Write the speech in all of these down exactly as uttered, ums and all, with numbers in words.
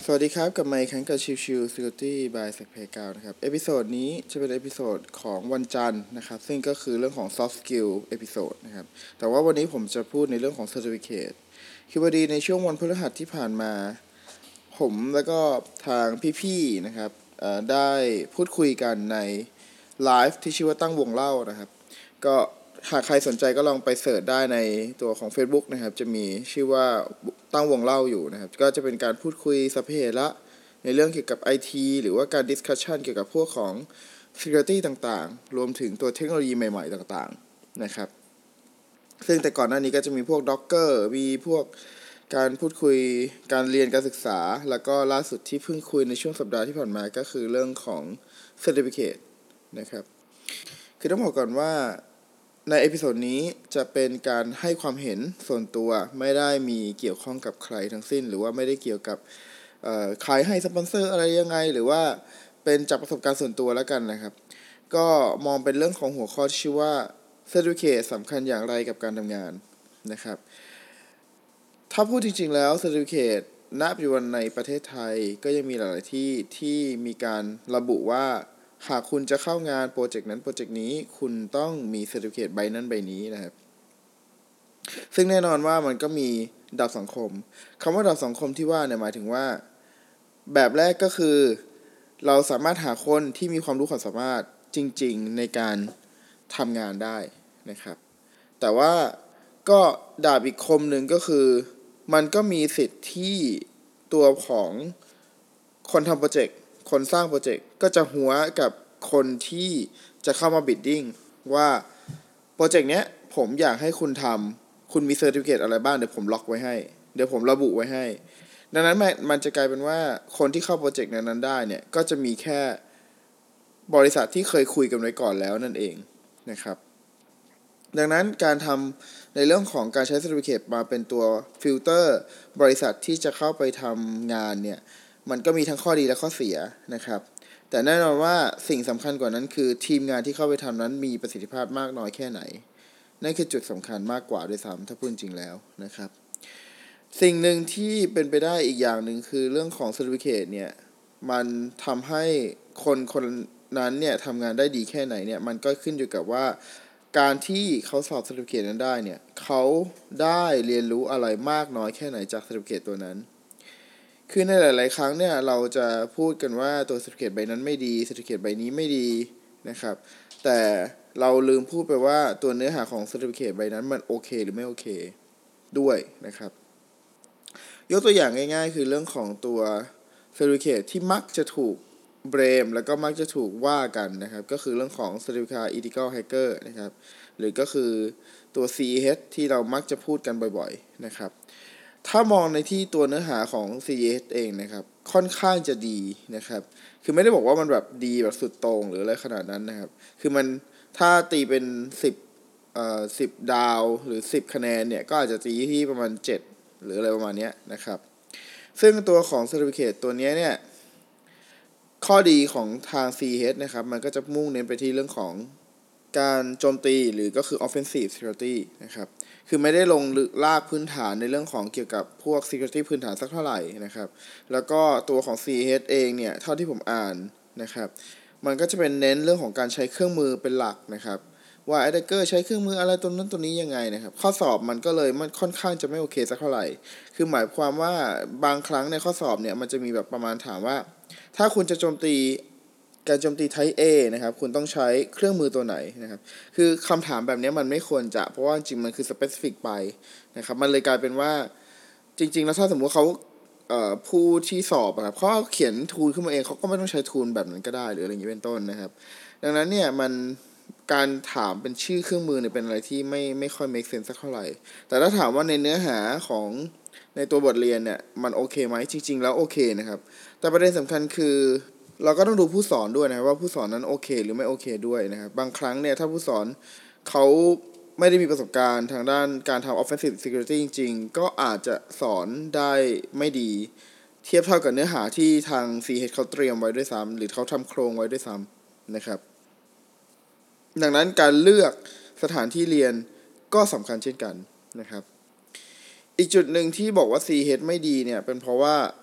สวัสดีครับกลับมาอีกครั้งกับชิวชิว Security by Sec Playground นะครับเอพิโซดนี้จะเป็นเอพิโซดของวันจันทร์นะครับซึ่งก็คือเรื่องของ soft skill เอพิโซดนะครับแต่ว่าวันนี้ผมจะพูดในเรื่องของ certificate คือพอดีในช่วงวันพฤหัสที่ผ่านมาผมแล้วก็ทางพี่ๆนะครับได้พูดคุยกันในไลฟ์ที่ชื่อว่าตั้งวงเล่านะครับก็หากใครสนใจก็ลองไปเสิร์ชได้ในตัวของ Facebook นะครับจะมีชื่อว่าตั้งวงเล่าอยู่นะครับก็จะเป็นการพูดคุยสัพเพเหระในเรื่องเกี่ยวกับ ไอ ที หรือว่าการ discussion เกี่ยวกับพวกของ security ต่างๆรวมถึงตัวเทคโนโลยีใหม่ๆต่างๆนะครับซึ่งแต่ก่อนหน้านี้ก็จะมีพวก Docker มีพวกการพูดคุยการเรียนการศึกษาแล้วก็ล่าสุดที่เพิ่งคุยในช่วงสัปดาห์ที่ผ่านมาก็คือเรื่องของ certificate นะครับคือต้องบอกก่อนว่าในเอพิโซดนี้จะเป็นการให้ความเห็นส่วนตัวไม่ได้มีเกี่ยวข้องกับใครทั้งสิ้นหรือว่าไม่ได้เกี่ยวกับขายให้สปอนเซอร์อะไรยังไงหรือว่าเป็นจากประสบการณ์ส่วนตัวแล้วกันนะครับก็มองเป็นเรื่องของหัวข้อที่ชื่อว่า Certificate สำคัญอย่างไรกับการทำงานนะครับถ้าพูดจริงๆแล้ว Certificate ณ ปัจจุบันในประเทศไทยก็ยังมีหลายๆที่ที่มีการระบุว่าหากคุณจะเข้างานโปรเจกต์นั้นโปรเจกต์นี้คุณต้องมี Certificate ใบนั้นใบนี้นะครับซึ่งแน่นอนว่ามันก็มีดาบสังคมคำว่าดาบสังคมที่ว่าเนี่ยหมายถึงว่าแบบแรกก็คือเราสามารถหาคนที่มีความรู้ความสามารถจริงๆในการทำงานได้นะครับแต่ว่าก็ดาบอีกคมหนึ่งก็คือมันก็มีสิทธิ์ที่ตัวของคนทำโปรเจกต์คนสร้างโปรเจกต์ก็จะหัวกับคนที่จะเข้ามาบิดดิ้งว่าโปรเจกต์เนี้ยผมอยากให้คุณทำคุณมีเซอร์ติฟิเคตอะไรบ้างเดี๋ยวผมล็อกไว้ให้เดี๋ยวผมระบุไว้ให้ดังนั้นมันจะกลายเป็นว่าคนที่เข้าโปรเจกต์นั้นได้เนี่ยก็จะมีแค่บริษัทที่เคยคุยกันไว้ก่อนแล้วนั่นเองนะครับดังนั้นการทำในเรื่องของการใช้ Certificate มาเป็นตัวฟิลเตอร์บริษัทที่จะเข้าไปทำงานเนี่ยมันก็มีทั้งข้อดีและข้อเสียนะครับแต่แน่นอนว่าสิ่งสำคัญกว่านั้นคือทีมงานที่เข้าไปทำนั้นมีประสิทธิภาพมากน้อยแค่ไหนนั่นคือจุดสำคัญมากกว่าด้วยซ้ำถ้าพูดจริงแล้วนะครับสิ่งหนึ่งที่เป็นไปได้อีกอย่างหนึ่งคือเรื่องของ Certificate เนี่ยมันทำให้คนคนนั้นเนี่ยทำงานได้ดีแค่ไหนเนี่ยมันก็ขึ้นอยู่กับว่าการที่เขาสอบ Certificate นั้นได้เนี่ยเขาได้เรียนรู้อะไรมากน้อยแค่ไหนจาก Certificate ตัวนั้นคือในหลายๆครั้งเนี่ยเราจะพูดกันว่าตัว Certificate ใบนั้นไม่ดี Certificate ใบนี้ไม่ดีนะครับแต่เราลืมพูดไปว่าตัวเนื้อหาของ Certificate ใบนั้นมันโอเคหรือไม่โอเคด้วยนะครับยกตัวอย่างง่ายๆคือเรื่องของตัว Certificate ที่มักจะถูกเบรมแล้วก็มักจะถูกว่ากันนะครับก็คือเรื่องของ Certificate Ethical Hacker นะครับหรือก็คือตัว ซี อี เอช ที่เรามักจะพูดกันบ่อยๆนะครับถ้ามองในที่ตัวเนื้อหาของ ซี อี เอช เองนะครับค่อนข้างจะดีนะครับคือไม่ได้บอกว่ามันแบบดีแบบสุดโต่งหรืออะไรขนาดนั้นนะครับคือมันถ้าตีเป็นสิบเอ่อสิบดาวหรือสิบคะแนนเนี่ยก็อาจจะตีที่ประมาณเจ็ดหรืออะไรประมาณนี้นะครับซึ่งตัวของ Certificate ตัวนี้เนี่ยข้อดีของทาง ซี อี เอช นะครับมันก็จะมุ่งเน้นไปที่เรื่องของการโจมตีหรือก็คือ offensive security นะครับคือไม่ได้ลงลึกลากพื้นฐานในเรื่องของเกี่ยวกับพวก security พื้นฐานสักเท่าไหร่นะครับแล้วก็ตัวของ ซี อี เอช เองเนี่ยเท่าที่ผมอ่านนะครับมันก็จะเป็นเน้นเรื่องของการใช้เครื่องมือเป็นหลักนะครับว่า attacker ใช้เครื่องมืออะไรตัวนั้นตัวนี้ยังไงนะครับข้อสอบมันก็เลยมันค่อนข้างจะไม่โอเคสักเท่าไหร่คือหมายความว่าบางครั้งในข้อสอบเนี่ยมันจะมีแบบประมาณถามว่าถ้าคุณจะโจมตีการโจมตี Type A นะครับคุณต้องใช้เครื่องมือตัวไหนนะครับคือคำถามแบบนี้มันไม่ควรจะเพราะว่าจริงมันคือ specific ไปนะครับมันเลยกลายเป็นว่าจริงๆแล้วถ้าสมมุติเขาเอ่อผู้ที่สอบครับเขาเขียนทูลขึ้นมาเองเขาก็ไม่ต้องใช้ทูลแบบนั้นก็ได้หรืออะไรอย่างนี้เป็นต้นนะครับดังนั้นเนี่ยมันการถามเป็นชื่อเครื่องมือเนี่ยเป็นอะไรที่ไม่ไม่ค่อย make sense สักเท่าไหร่แต่ถ้าถามว่าในเนื้อหาของในตัวบทเรียนเนี่ยมันโอเคไหมจริงๆแล้วโอเคนะครับแต่ประเด็นสำคัญคือเราก็ต้องดูผู้สอนด้วยนะว่าผู้สอนนั้นโอเคหรือไม่โอเคด้วยนะครับบางครั้งเนี่ยถ้าผู้สอนเขาไม่ได้มีประสบการณ์ทางด้านการทำ offensive security จริงๆก็อาจจะสอนได้ไม่ดีเทียบเท่ากับเนื้อหาที่ทาง ซี เอช เขาเตรียมไว้ด้วยซ้ำหรือเขาทำโครงไว้ด้วยซ้ำนะครับดังนั้นการเลือกสถานที่เรียนก็สำคัญเช่นกันนะครับอีกจุดหนึ่งที่บอกว่า ซี เอช ไม่ดีเนี่ยเป็นเพราะว่า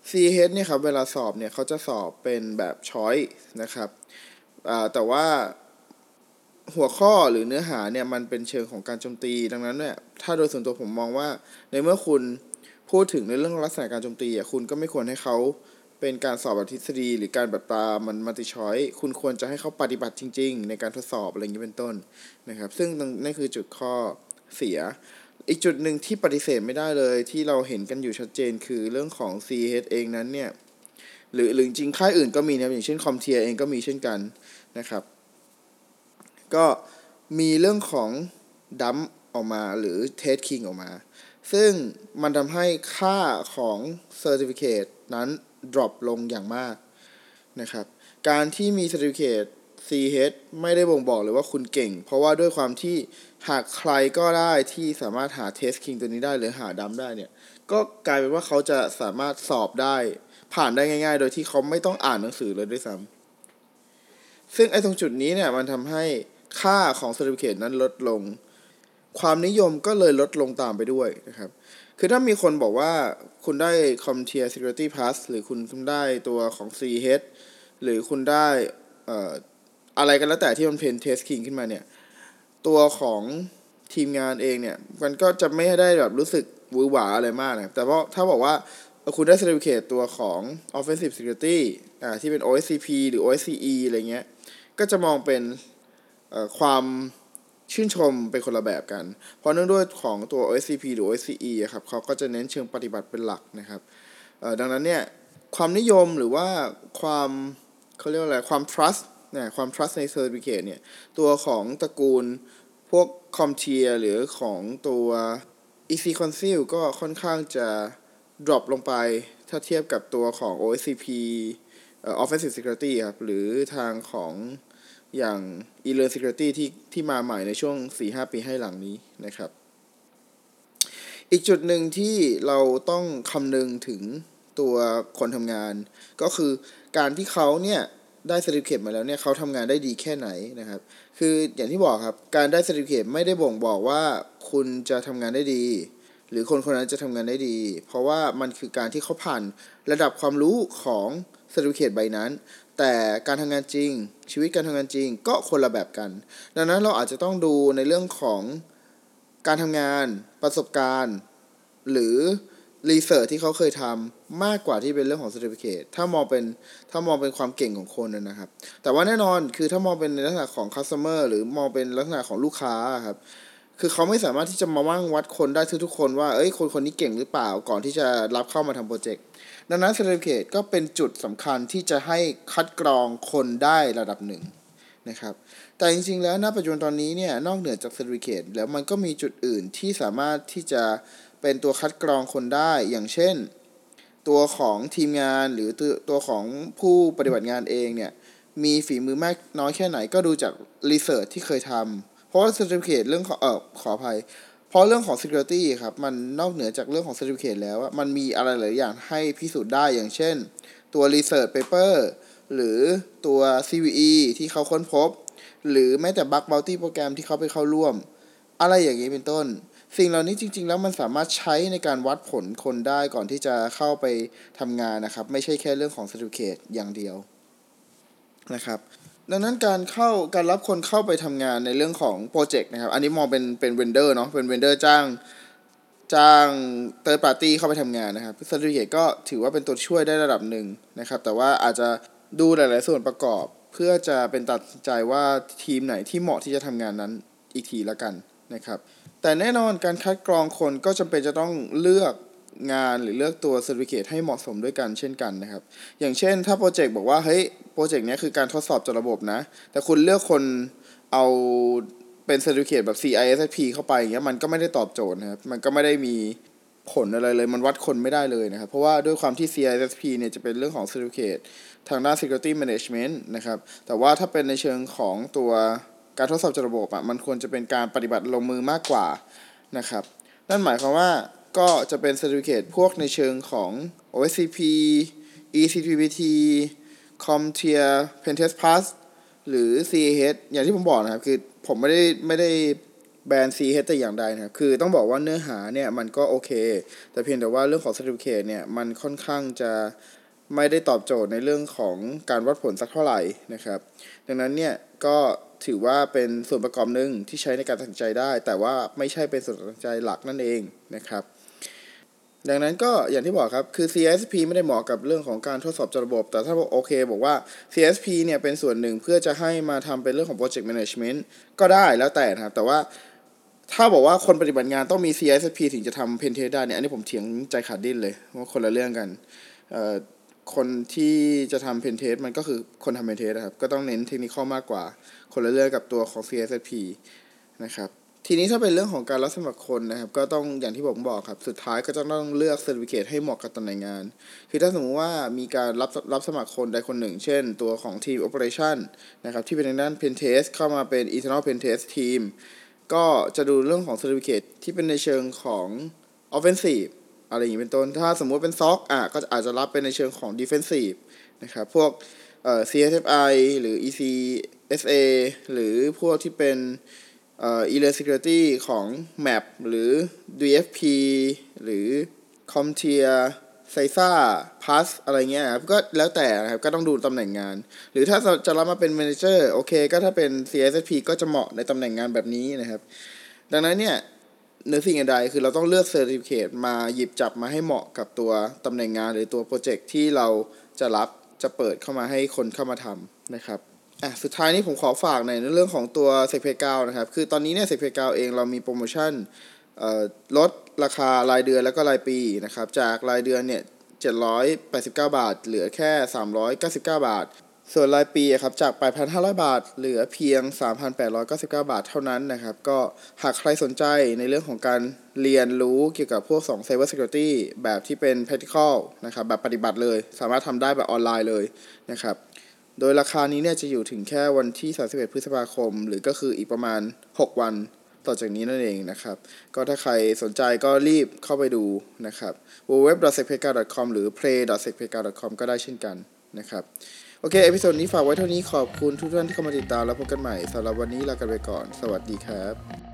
ซี เอ เอช เนี่ยครับเวลาสอบเนี่ยเขาจะสอบเป็นแบบ choice นะครับแต่ว่าหัวข้อหรือเนื้อหาเนี่ยมันเป็นเชิงของการโจมตีดังนั้นเนี่ยถ้าโดยส่วนตัวผมมองว่าในเมื่อคุณพูดถึงในเรื่องลักษณะการโจมตีอ่ะคุณก็ไม่ควรให้เขาเป็นการสอบแบบทฤษฎีหรือการแบบตามันมัลติช้อยส์คุณควรจะให้เขาปฏิบัติจริงๆในการทดสอบอะไรอย่างนี้เป็นต้นนะครับซึ่งนั่นคือจุดข้อเสียอีกจุดหนึ่งที่ปฏิเสธไม่ได้เลยที่เราเห็นกันอยู่ชัดเจนคือเรื่องของ ซี เอช เองนั้นเนี่ยหรือหรือจริงค่ายอื่นก็มีนะอย่างเช่นคอมเทียเองก็มีเช่นกันนะครับก็มีเรื่องของดัมออกมาหรือเทสคิงออกมาซึ่งมันทำให้ค่าของ Certificate นั้น drop ลงอย่างมากนะครับการที่มี Certificate ซี เอช ไม่ได้บ่งบอกเลยว่าคุณเก่งเพราะว่าด้วยความที่หากใครก็ได้ที่สามารถหา Test King ตัวนี้ได้หรือหาดัมได้เนี่ยก็กลายเป็นว่าเขาจะสามารถสอบได้ผ่านได้ง่ายๆโดยที่เขาไม่ต้องอ่านหนังสือเลยด้วยซ้ำซึ่งไอ้ตรงจุดนี้เนี่ยมันทำให้ค่าของ Certificate นั้นลดลงความนิยมก็เลยลดลงตามไปด้วยนะครับคือถ้ามีคนบอกว่าคุณได้ CompTIA Security Plus หรือคุณได้ตัวของ ซี เอช หรือคุณได้เอ่ออะไรกันแล้วแต่ที่มันเป็น Test King ขึ้นมาเนี่ยตัวของทีมงานเองเนี่ยมันก็จะไม่ได้แบบรู้สึกหวือหวาอะไรมากนะแต่ว่าถ้าบอกว่าคุณได้ Certificate ตัวของ Offensive Security อ่าที่เป็น โอ เอส ซี พี หรือ โอ เอส ซี อี อะไรเงี้ยก็จะมองเป็นเอ่อความชื่นชมเป็นคนละแบบกันเพราะเนื่องด้วยของตัว โอ เอส ซี พี หรือ โอ เอส ซี อี อะครับเขาก็จะเน้นเชิงปฏิบัติเป็นหลักนะครับเอ่อดังนั้นเนี่ยความนิยมหรือว่าความเขาเรียกว่าอะไรความ trust เนี่ยความ trust ใน certificate เนี่ยตัวของตระกูลพวก CompTIA หรือของตัว อี ซี Council ก็ค่อนข้างจะ drop ลงไปถ้าเทียบกับตัวของ โอ เอส ซี พี เอ่อ Offensive Security ครับหรือทางของอย่าง e-learn security ที่ที่มาใหม่ในช่วง สี่ถึงห้า ปีให้หลังนี้นะครับอีกจุดหนึ่งที่เราต้องคำนึงถึงตัวคนทำงานก็คือการที่เขาเนี่ยได้ Certificate มาแล้วเนี่ยเขาทำงานได้ดีแค่ไหนนะครับคืออย่างที่บอกครับการได้ Certificate ไม่ได้บ่งบอกว่าคุณจะทำงานได้ดีหรือคนคนนั้นจะทำงานได้ดีเพราะว่ามันคือการที่เขาผ่านระดับความรู้ของ Certificate ใบนั้นแต่การทำงานจริงชีวิตการทำงานจริงก็คนละแบบกันดังนั้นเราอาจจะต้องดูในเรื่องของการทำงานประสบการณ์หรือรีเสิร์ชที่เขาเคยทำมากกว่าที่เป็นเรื่องของ Certificate ถ้ามองเป็นถ้ามองเป็นความเก่งของคนนะครับแต่ว่าแน่นอนคือถ้ามองเป็นในลักษณะของ Customer หรือมองเป็นลักษณะของลูกค้าครับคือเขาไม่สามารถที่จะมาว่างวัดคนได้ทุกๆคนว่าเอ้ยคนคนนี้เก่งหรือเปล่าก่อนที่จะรับเข้ามาทำโปรเจกต์ดังนั้น Certificate ก็เป็นจุดสำคัญที่จะให้คัดกรองคนได้ระดับหนึ่งนะครับแต่จริงๆแล้วณปัจจุบันตอนนี้เนี่ยนอกเหนือจาก Certificate แล้วมันก็มีจุดอื่นที่สามารถที่จะเป็นตัวคัดกรองคนได้อย่างเช่นตัวของทีมงานหรือตัวตัวของผู้ปฏิบัติงานเองเนี่ยมีฝีมือมากน้อยแค่ไหนก็ดูจากรีเสิร์ชที่เคยทำเพราะว่า Certificate เรื่องของเออขออภัยเพราะเรื่องของ Security ครับมันนอกเหนือจากเรื่องของ Certificate แล้วมันมีอะไรหลายอย่างให้พิสูจน์ได้อย่างเช่นตัว Research Paper หรือตัว ซี วี อี ที่เขาค้นพบหรือแม้แต่ Bug Bounty โปรแกรมที่เขาไปเข้าร่วมอะไรอย่างนี้เป็นต้นสิ่งเหล่านี้จริงๆแล้วมันสามารถใช้ในการวัดผลคนได้ก่อนที่จะเข้าไปทำงานนะครับไม่ใช่แค่เรื่องของ Certificate อย่างเดียวนะครับดังนั้นการเข้าการรับคนเข้าไปทำงานในเรื่องของโปรเจกต์นะครับอันนี้มองเป็นเป็นเวนเดอร์เนาะเป็นเวนเดอร์จ้างจ้างเติร์ดปาร์ตี้เข้าไปทำงานนะครับ Certificate ก็ถือว่าเป็นตัวช่วยได้ระดับหนึ่งนะครับแต่ว่าอาจจะดูหลายๆส่วนประกอบเพื่อจะเป็นตัดใจว่าทีมไหนที่เหมาะที่จะทำงานนั้นอีกทีละกันนะครับแต่แน่นอนการคัดกรองคนก็จำเป็นจะต้องเลือกงานหรือเลือกตัว Certificate ให้เหมาะสมด้วยกันเช่นกันนะครับอย่างเช่นถ้าโปรเจกต์บอกว่าเฮ้ยโปรเจกต์นี้คือการทดสอบจระบบนะแต่คุณเลือกคนเอาเป็น Certificate แบบ ซี ไอ เอส เอส พี เข้าไปอย่างเงี้ยมันก็ไม่ได้ตอบโจทย์นะครับมันก็ไม่ได้มีผลอะไรเลยมันวัดคนไม่ได้เลยนะครับเพราะว่าด้วยความที่ ซี ไอ เอส พี เนี่ยจะเป็นเรื่องของ Certificate ทางด้าน Security Management นะครับแต่ว่าถ้าเป็นในเชิงของตัวการทดสอบระบบอ่ะมันควรจะเป็นการปฏิบัติลงมือมากกว่านะครับนั่นหมายความว่าก็จะเป็น Certificate พวกในเชิงของ โอ เอส ซี พี อี ซี พี พี ที CompTIA Pentest Plus หรือ ซี เอ เอช อย่างที่ผมบอกนะครับคือผมไม่ได้ไม่ได้แบรนด์ ซี เอช แต่อย่างใดนะครับคือต้องบอกว่าเนื้อหาเนี่ยมันก็โอเคแต่เพียงแต่ว่าเรื่องของ Certificate เนี่ยมันค่อนข้างจะไม่ได้ตอบโจทย์ในเรื่องของการวัดผลสักเท่าไหร่นะครับดังนั้นเนี่ยก็ถือว่าเป็นส่วนประกอบหนึ่งที่ใช้ในการตัดสินใจได้แต่ว่าไม่ใช่เป็นส่วนตัดสินใจหลักนั่นเองนะครับดังนั้นก็อย่างที่บอกครับคือ ซี เอส พี ไม่ได้เหมาะกับเรื่องของการทดสอบจระบบแต่ถ้าโอเคบอกว่า ซี เอส พี เนี่ยเป็นส่วนหนึ่งเพื่อจะให้มาทำเป็นเรื่องของ Project Management ก็ได้แล้วแต่นะครับแต่ว่าถ้าบอกว่าคนปฏิบัติงานต้องมี ซี เอส พี ถึงจะทำ Pen Test ได้เนี่ยอันนี้ผมเถียงใจขาดดิ้นเลยว่าคนละเรื่องกันเอ่อคนที่จะทำ Pen Test มันก็คือคนทำ Pen Test นะครับก็ต้องเน้นเทคนิคมากกว่าคนละเรื่องกับตัวของ ซี เอส พี นะครับทีนี้ถ้าเป็นเรื่องของการรับสมัครคนนะครับก็ต้องอย่างที่ผมบอกครับสุดท้ายก็จะต้องเลือกเซอร์ติฟิเคทให้เหมาะกับตำแหน่งงานคือถ้าสมมติว่ามีการรับรับสมัครคนใดคนหนึ่งเช่นตัวของทีม Operation นะครับที่เป็นทางด้าน Pen Test เข้ามาเป็น Internal Pen Test Team ก็จะดูเรื่องของเซอร์ติฟิเคทที่เป็นในเชิงของ Offensive อะไรอย่างนี้เป็นต้นถ้าสมมุติเป็น ซี โอ ซี อ่ะก็อาจจะรับเป็นในเชิงของ Defensive นะครับพวกเอ่อ ซี เอส เอฟ ไอ หรือ อี ซี เอส เอ หรือพวกที่เป็นเอ่อ Email Security ของ แมป หรือ ดี เอฟ พี หรือ CompTIA ไซซ่า Plus อะไรเงี้ยครับก็แล้วแต่นะครับก็ต้องดูตำแหน่งงานหรือถ้าจะรับมาเป็น Manager โอเคก็ถ้าเป็น ซี เอส พี ก็จะเหมาะในตำแหน่งงานแบบนี้นะครับดังนั้นเนี่ยเนื้อสิ่งใดคือเราต้องเลือก Certificate มาหยิบจับมาให้เหมาะกับตัวตำแหน่งงานหรือตัวโปรเจกต์ที่เราจะรับจะเปิดเข้ามาให้คนเข้ามาทำนะครับอ่ะสุดท้ายนี้ผมขอฝากในเรื่องของตัว SecPay เก้านะครับคือตอนนี้เนี่ย SecPay เก้าเองเรามีโปรโมชั่นเอ่อลดราคารายเดือนแล้วก็รายปีนะครับจากรายเดือนเนี่ยเจ็ดร้อยแปดสิบเก้าบาทเหลือแค่สามร้อยเก้าสิบเก้าบาทส่วนรายปีครับจาก แปดพันห้าร้อยบาทเหลือเพียง สามพันแปดร้อยเก้าสิบเก้าบาทเท่านั้นนะครับก็หากใครสนใจในเรื่องของการเรียนรู้เกี่ยวกับพวกสอง Cyber Security แบบที่เป็น Practical นะครับแบบปฏิบัติเลยสามารถทำได้แบบออนไลน์เลยนะครับโดยราคานี้เนี่ยจะอยู่ถึงแค่วันที่สามสิบเอ็ดพฤษภาคมหรือก็คืออีกประมาณหกวันต่อจากนี้นั่นเองนะครับก็ถ้าใครสนใจก็รีบเข้าไปดูนะครับ ดับเบิลยู ดับเบิลยู ดับเบิลยู ดอท เซคเพกา ดอท คอม หรือ เพลย์ ดอท เซคเพกา ดอท คอม ก็ได้เช่นกันนะครับโอเคเอพิโซดนี้ฝากไว้เท่านี้ขอบคุณทุกท่านที่เข้ามาติดตามแล้วพบกันใหม่สำหรับวันนี้ลากันไปก่อนสวัสดีครับ